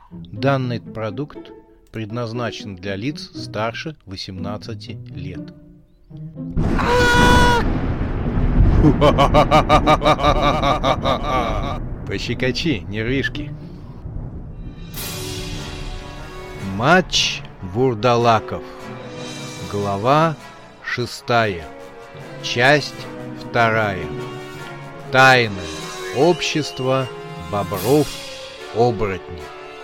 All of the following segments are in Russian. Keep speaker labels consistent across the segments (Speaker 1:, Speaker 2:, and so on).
Speaker 1: Данный продукт предназначен для лиц старше 18 лет. Пощекочи нервишки. Матч вурдалаков. Глава 6. Часть 2. Тайное общество бобров-оборотней.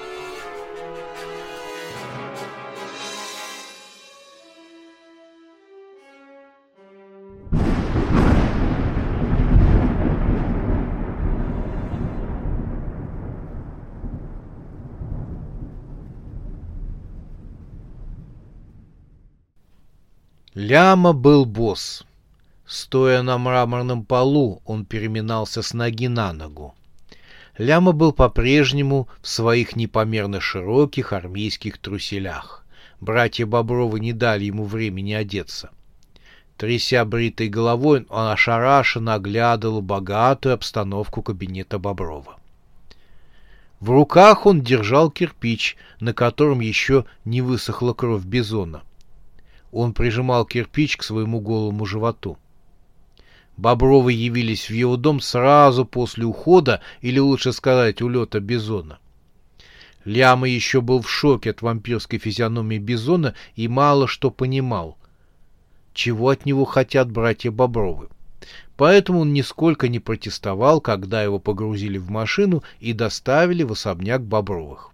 Speaker 1: Ляма был босс. Стоя на мраморном полу, он переминался с ноги на ногу. Ляма был по-прежнему в своих непомерно широких армейских труселях. Братья Бобровы не дали ему времени одеться. Тряся бритой головой, он ошарашенно оглядывал богатую обстановку кабинета Боброва. В руках он держал кирпич, на котором еще не высохла кровь бизона. Он прижимал кирпич к своему голому животу. Бобровы явились в его дом сразу после ухода, или лучше сказать, улета бизона. Ляма еще был в шоке от вампирской физиономии бизона и мало что понимал, чего от него хотят братья Бобровы. Поэтому он нисколько не протестовал, когда его погрузили в машину и доставили в особняк Бобровых.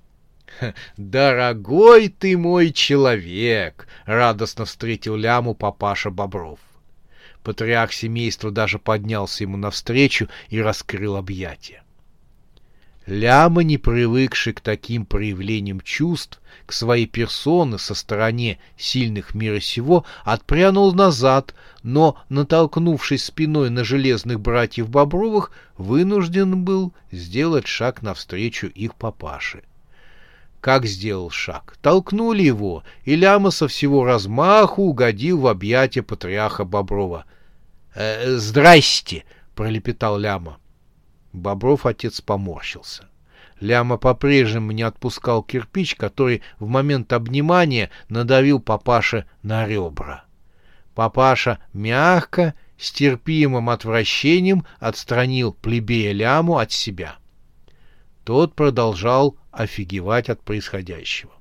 Speaker 1: «Дорогой ты мой человек!» — радостно встретил Ляму папаша Бобров. Патриарх семейства даже поднялся ему навстречу и раскрыл объятия. Ляма, не привыкший к таким проявлениям чувств к своей персоне со стороны сильных мира сего, отпрянул назад, но, натолкнувшись спиной на железных братьев Бобровых, вынужден был сделать шаг навстречу их папаше. Как сделал шаг? Толкнули его, и Ляма со всего размаху угодил в объятия патриарха Боброва. «Здрасте!» — пролепетал Ляма. Бобров отец поморщился. Ляма по-прежнему не отпускал кирпич, который в момент обнимания надавил папаше на ребра. Папаша мягко, с терпимым отвращением отстранил плебея Ляму от себя. Тот продолжал офигевать от происходящего.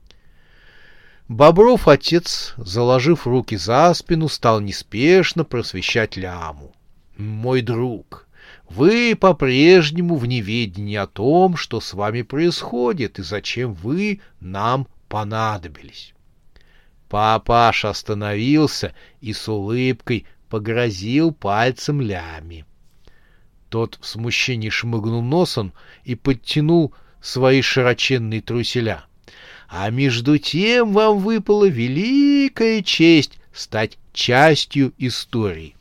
Speaker 1: Бобров отец, заложив руки за спину, стал неспешно просвещать Ляму. «Мой друг, вы по-прежнему в неведении о том, что с вами происходит и зачем вы нам понадобились». Папаша остановился и с улыбкой погрозил пальцем Ляме. Тот в смущении шмыгнул носом и подтянул свои широченные труселя. А между тем вам выпала великая честь стать частью истории.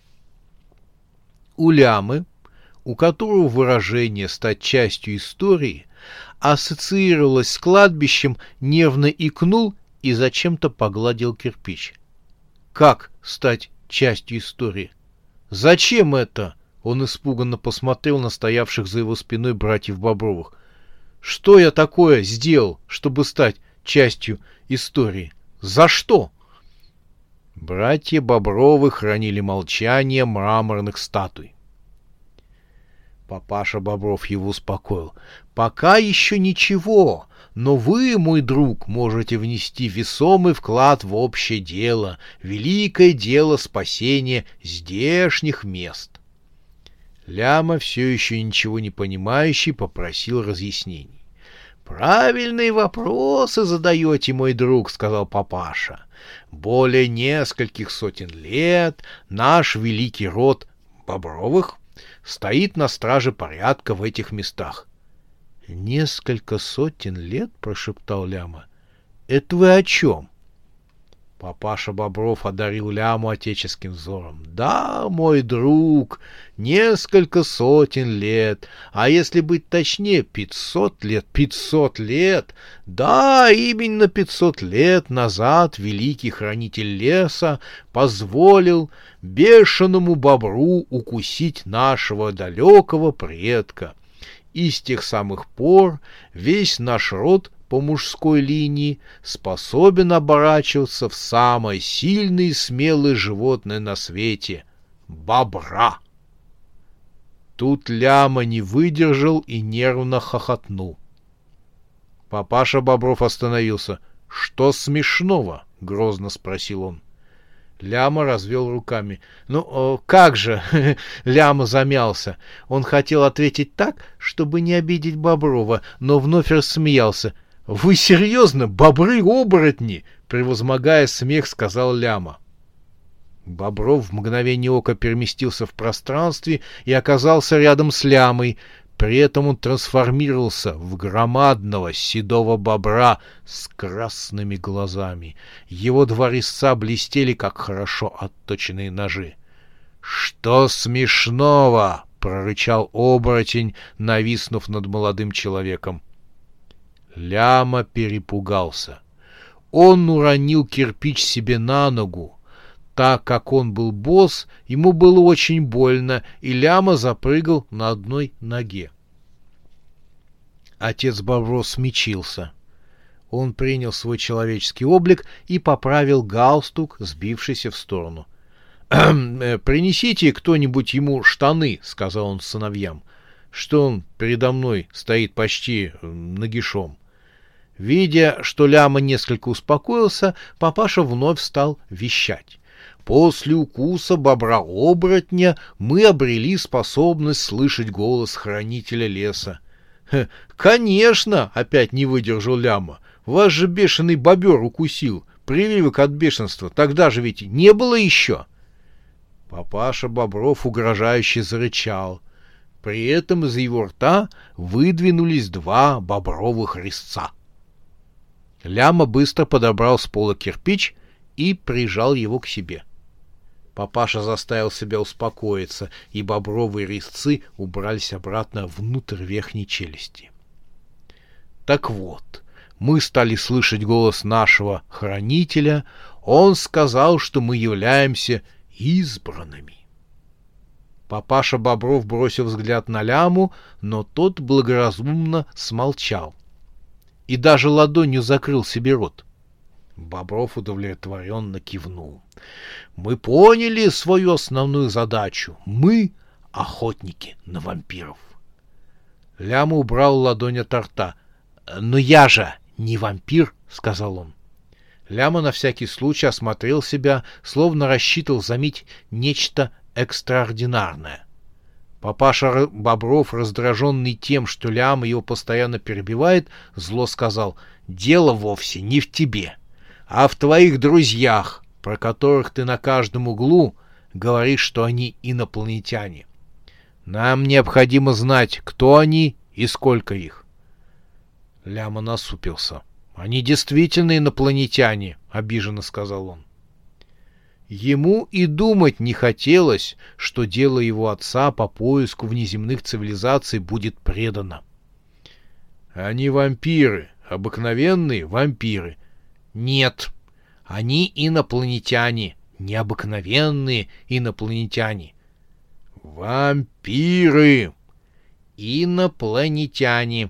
Speaker 1: У Лямы, у которого выражение «стать частью истории» ассоциировалось с кладбищем, нервно икнул и зачем-то погладил кирпич. Как стать частью истории? Зачем это? Он испуганно посмотрел на стоявших за его спиной братьев Бобровых. Что я такое сделал, чтобы стать частью истории? За что? Братья Бобровы хранили молчание мраморных статуй. Папаша Бобров его успокоил. Пока еще ничего, но вы, мой друг, можете внести весомый вклад в общее дело, великое дело спасения здешних мест. Ляма, все еще ничего не понимающий, попросил разъяснений. «Правильные вопросы задаете, мой друг», — сказал папаша. «Более нескольких сотен лет наш великий род Бобровых стоит на страже порядка в этих местах». «Несколько сотен лет?» — прошептал Ляма. «Это вы о чем?» Папаша Бобров одарил Ляму отеческим взором. «Да, мой друг, несколько сотен лет, а если быть точнее, 500 лет. 500 лет! Да, именно 500 лет назад великий хранитель леса позволил бешеному бобру укусить нашего далекого предка. и с тех самых пор весь наш род по мужской линии способен оборачиваться в самое сильное и смелое животное на свете — бобра. Тут Ляма не выдержал и нервно хохотнул. Папаша Бобров остановился. — Что смешного? — грозно спросил он. Ляма развел руками. — Ну, как же? — Ляма замялся. Он хотел ответить так, чтобы не обидеть Боброва, но вновь рассмеялся. — Вы серьезно? Бобры-оборотни? — превозмогая смех, сказал Ляма. Бобров в мгновение ока переместился в пространстве и оказался рядом с Лямой. При этом он трансформировался в громадного седого бобра с красными глазами. Его два резца блестели, как хорошо отточенные ножи. — Что смешного? — прорычал оборотень, нависнув над молодым человеком. Ляма перепугался. Он уронил кирпич себе на ногу. Так как он был босс, ему было очень больно, и Ляма запрыгал на одной ноге. Отец Бобров смягчился. Он принял свой человеческий облик и поправил галстук, сбившийся в сторону. — Принесите кто-нибудь ему штаны, — сказал он сыновьям, — что он передо мной стоит почти нагишом. Видя, что Ляма несколько успокоился, папаша вновь стал вещать. После укуса бобра-оборотня мы обрели способность слышать голос хранителя леса. — Конечно, — опять не выдержал Ляма, — вас же бешеный бобер укусил, прививок от бешенства, тогда же ведь не было еще. Папаша Бобров угрожающе зарычал. При этом из его рта выдвинулись два бобровых резца. Ляма быстро подобрал с пола кирпич и прижал его к себе. Папаша заставил себя успокоиться, и бобровые резцы убрались обратно внутрь верхней челюсти. Так вот, мы стали слышать голос нашего хранителя. Он сказал, что мы являемся избранными. Папаша Бобров бросил взгляд на Ляму, но тот благоразумно смолчал и даже ладонью закрыл себе рот. Бобров удовлетворенно кивнул. Мы поняли свою основную задачу. Мы — охотники на вампиров. Ляма убрал ладонь от рта. — Но я же не вампир, — сказал он. Ляма на всякий случай осмотрел себя, словно рассчитывал заметить нечто экстраординарное. Папаша Бобров, раздраженный тем, что Ляма его постоянно перебивает, зло сказал: — Дело вовсе не в тебе, а в твоих друзьях, про которых ты на каждом углу говоришь, что они инопланетяне. Нам необходимо знать, кто они и сколько их. Ляма насупился. — Они действительно инопланетяне, — обиженно сказал он. Ему и думать не хотелось, что дело его отца по поиску внеземных цивилизаций будет предано. — Они вампиры, обыкновенные вампиры. — Нет, они инопланетяне, необыкновенные инопланетяне. — Вампиры! — Инопланетяне.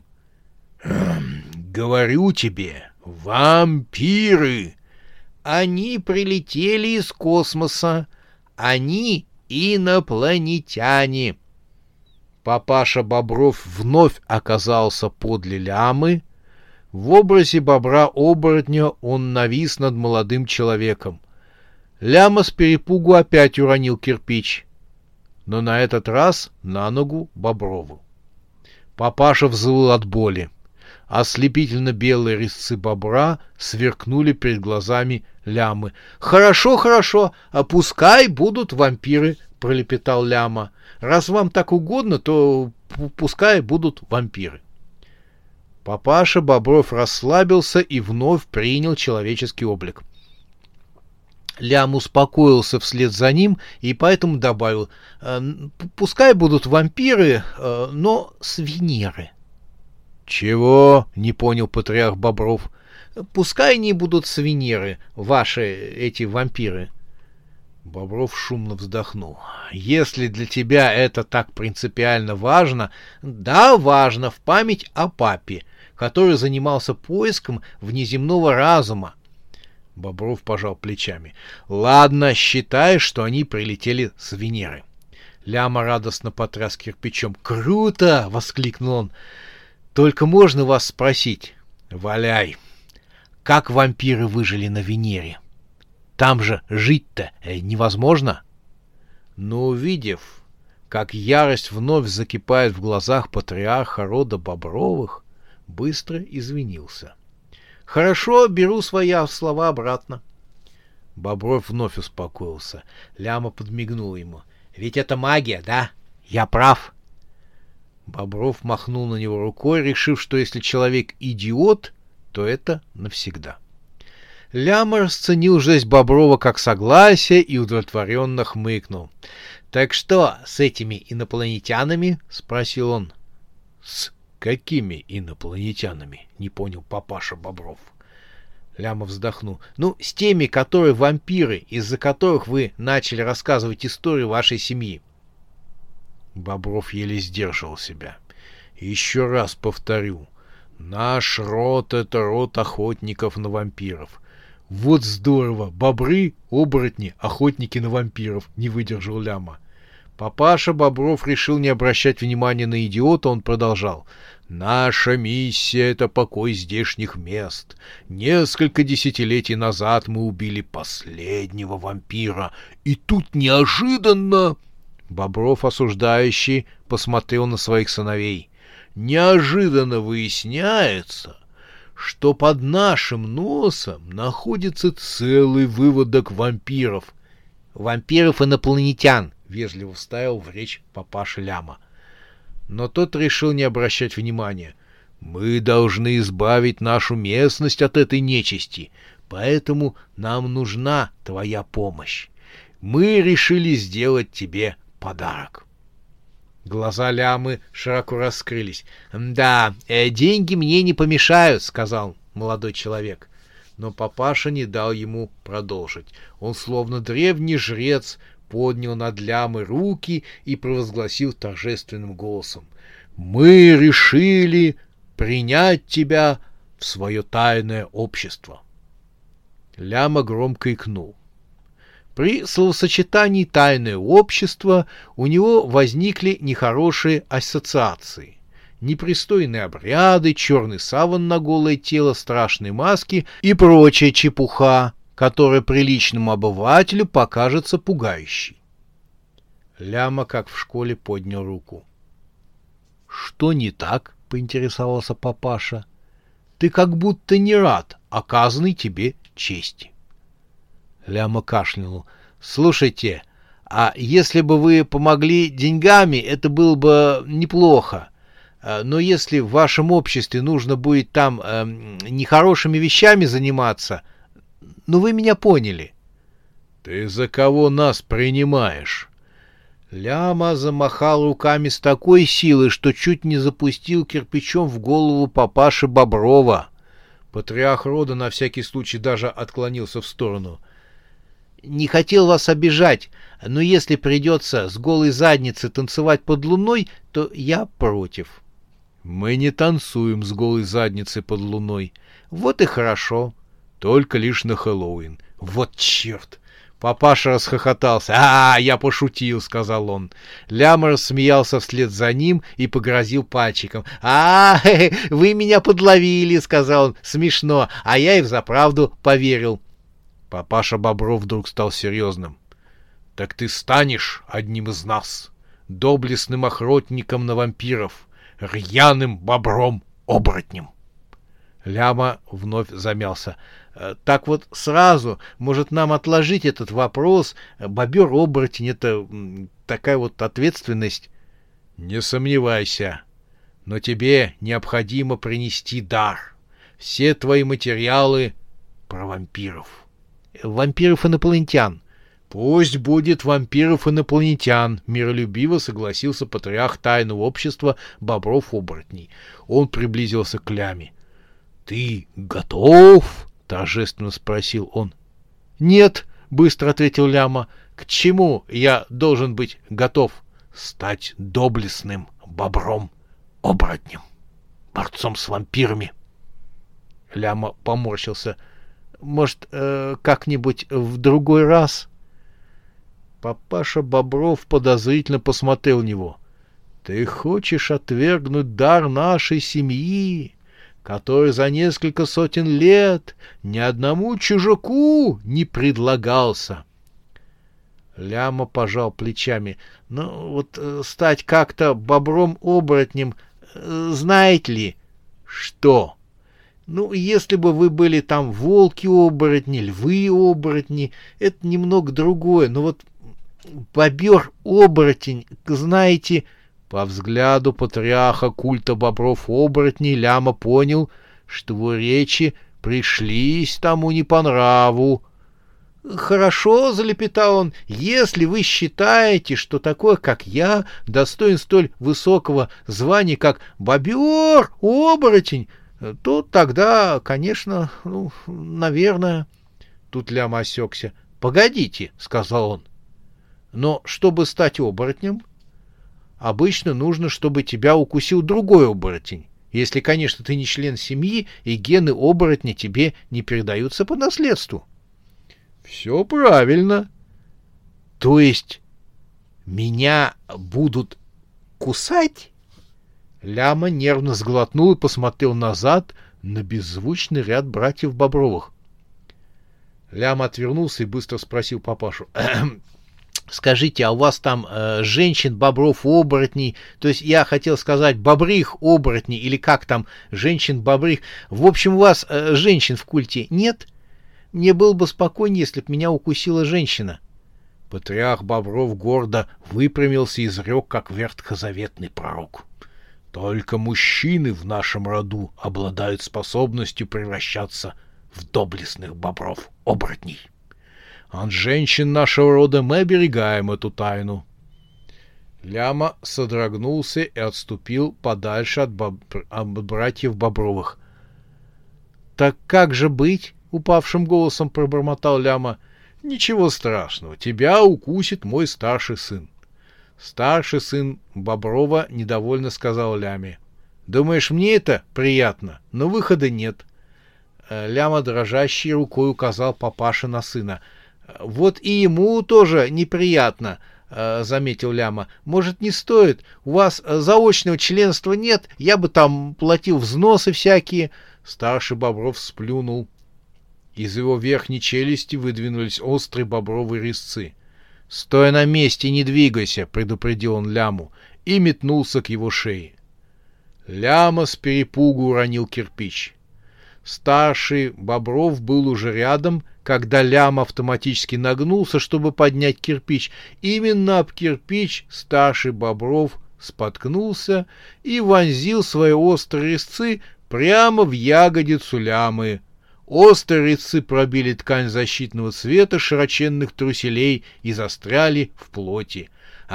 Speaker 1: — Говорю тебе, вампиры! Они прилетели из космоса. Они инопланетяне. Папаша Бобров вновь оказался подле Лямы. В образе бобра-оборотня он навис над молодым человеком. Ляма с перепугу опять уронил кирпич, но на этот раз на ногу Боброву. Папаша взвыл от боли. Ослепительно белые резцы бобра сверкнули перед глазами Лямы. — Хорошо, хорошо, а пускай будут вампиры, — пролепетал Ляма. — Раз вам так угодно, то пускай будут вампиры. Папаша Бобров расслабился и вновь принял человеческий облик. Лям успокоился вслед за ним и поэтому добавил: — Пускай будут вампиры, но с Венеры. — Чего? — не понял патриарх Бобров. — Пускай они будут с Венеры, ваши эти вампиры. Бобров шумно вздохнул. «Если для тебя это так принципиально важно...» «Да, важно, в память о папе, который занимался поиском внеземного разума». Бобров пожал плечами. «Ладно, считай, что они прилетели с Венеры». Ляма радостно потряс кирпичом. «Круто!» — воскликнул он. «Только можно вас спросить?» «Валяй! Как вампиры выжили на Венере? Там же жить-то невозможно». Но увидев, как ярость вновь закипает в глазах патриарха рода Бобровых, быстро извинился. «Хорошо, беру свои слова обратно». Бобров вновь успокоился. Ляма подмигнул ему. «Ведь это магия, да? Я прав». Бобров махнул на него рукой, решив, что если человек идиот, то это навсегда. Ляма расценил жесть Боброва как согласие и удовлетворенно хмыкнул. «Так что с этими инопланетянами?» — спросил он. «С какими инопланетянами?» — не понял папаша Бобров. Ляма вздохнул. «Ну, с теми, которые вампиры, из-за которых вы начали рассказывать историю вашей семьи». Бобров еле сдерживал себя. «Еще раз повторю. Наш род — это род охотников на вампиров». «Вот здорово! Бобры, оборотни, охотники на вампиров!» — не выдержал Ляма. Папаша Бобров решил не обращать внимания на идиота, он продолжал. «Наша миссия — это покой здешних мест. Несколько десятилетий назад мы убили последнего вампира, и тут неожиданно...» Бобров, осуждающий, посмотрел на своих сыновей. «Неожиданно выясняется, что под нашим носом находится целый выводок вампиров». «Вампиров-инопланетян», — вежливо вставил в речь папаша Ляма. Но тот решил не обращать внимания. «Мы должны избавить нашу местность от этой нечисти, поэтому нам нужна твоя помощь. Мы решили сделать тебе подарок». Глаза Лямы широко раскрылись. «Да, деньги мне не помешают», — сказал молодой человек. Но папаша не дал ему продолжить. Он, словно древний жрец, поднял над Лямой руки и провозгласил торжественным голосом: «Мы решили принять тебя в свое тайное общество». Ляма громко икнул. При словосочетании «тайное общество» у него возникли нехорошие ассоциации. Непристойные обряды, черный саван на голое тело, страшные маски и прочая чепуха, которая приличному обывателю покажется пугающей. Ляма, как в школе, поднял руку. «Что не так?» — поинтересовался папаша. «Ты как будто не рад оказанной тебе чести». Ляма кашлянул. «Слушайте, а если бы вы помогли деньгами, это было бы неплохо. Но если в вашем обществе нужно будет там нехорошими вещами заниматься, ну вы меня поняли». «Ты за кого нас принимаешь?» Ляма замахал руками с такой силой, что чуть не запустил кирпичом в голову папаши Боброва. Патриарх рода на всякий случай даже отклонился в сторону. «Не хотел вас обижать, но если придется с голой задницы танцевать под луной, то я против». «Мы не танцуем с голой задницей под луной». «Вот и хорошо. Только лишь на Хэллоуин». «Вот черт!» Папаша расхохотался. Я пошутил», — сказал он. Ляма рассмеялся вслед за ним и погрозил пальчиком. Вы меня подловили», — сказал он. «Смешно, а я и взаправду поверил». Папаша Бобров вдруг стал серьезным. «Так ты станешь одним из нас, доблестным охотником на вампиров, рьяным бобром-оборотнем». Ляма вновь замялся. «Так вот сразу, может, нам отложить этот вопрос? Бобер-оборотень — это такая вот ответственность». «Не сомневайся, но тебе необходимо принести дар. Все твои материалы про вампиров». «Вампиров-инопланетян». «Пусть будет вампиров-инопланетян», — миролюбиво согласился патриарх тайного общества бобров-оборотней. Он приблизился к Ляме. «Ты готов?» — торжественно спросил он. «Нет, быстро ответил ляма. К чему я должен быть готов? Стать доблестным бобром-оборотнем, борцом с вампирами. Ляма поморщился. Может, как-нибудь в другой раз? Папаша Бобров подозрительно посмотрел на него. Ты хочешь отвергнуть дар нашей семьи, который за несколько сотен лет ни одному чужаку не предлагался? Ляма пожал плечами. Ну, вот стать как-то бобром-оборотнем, знаете ли, что? Ну, если бы вы были там волки-оборотни, львы-оборотни, это немного другое. Но вот бобер-оборотень, знаете... По взгляду патриарха культа бобров-оборотней Ляма понял, что его речи пришлись тому не по нраву. «Хорошо», — залепетал он, — «если вы считаете, что такой, как я, достоин столь высокого звания, как бобер-оборотень, то тогда, конечно, наверное...» Тут Ляма осекся. «Погодите», — сказал он, — «но чтобы стать оборотнем, обычно нужно, чтобы тебя укусил другой оборотень, если, конечно, ты не член семьи, и гены оборотня тебе не передаются по наследству». «Все правильно». «То есть меня будут кусать?» Ляма нервно сглотнул и посмотрел назад на беззвучный ряд братьев Бобровых. Ляма отвернулся и быстро спросил папашу. «Скажите, а у вас там женщин, бобров-оборотней, то есть я хотел сказать бобрих-оборотней, или как там, женщин-бобрих, в общем, у вас женщин в культе нет? Мне было бы спокойнее, если б меня укусила женщина». Патриарх Бобров гордо выпрямился и изрек, как ветхозаветный пророк. «Только мужчины в нашем роду обладают способностью превращаться в доблестных бобров-оборотней. От женщин нашего рода мы оберегаем эту тайну». Ляма содрогнулся и отступил подальше от братьев Бобровых. «Так как же быть?» — упавшим голосом пробормотал Ляма. «Ничего страшного, тебя укусит мой старший сын». Старший сын Боброва недовольно сказал Ляме. «Думаешь, мне это приятно? Но выхода нет». Ляма дрожащей рукой указал папаше на сына. «Вот и ему тоже неприятно», — заметил Ляма. «Может, не стоит? У вас заочного членства нет? Я бы там платил взносы всякие». Старший Бобров сплюнул. Из его верхней челюсти выдвинулись острые бобровые резцы. «Стой на месте, не двигайся», — предупредил он Ляму, и метнулся к его шее. Ляма с перепугу уронил кирпич. Старший Бобров был уже рядом, когда Ляма автоматически нагнулся, чтобы поднять кирпич. Именно об кирпич старший Бобров споткнулся и вонзил свои острые резцы прямо в ягодицу Лямы. Острые резцы пробили ткань защитного цвета широченных труселей и застряли в плоти.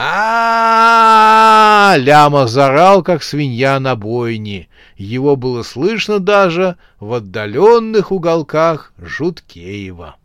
Speaker 1: Ляма заорал, как свинья на бойне. Его было слышно даже в отдаленных уголках Жуткеева.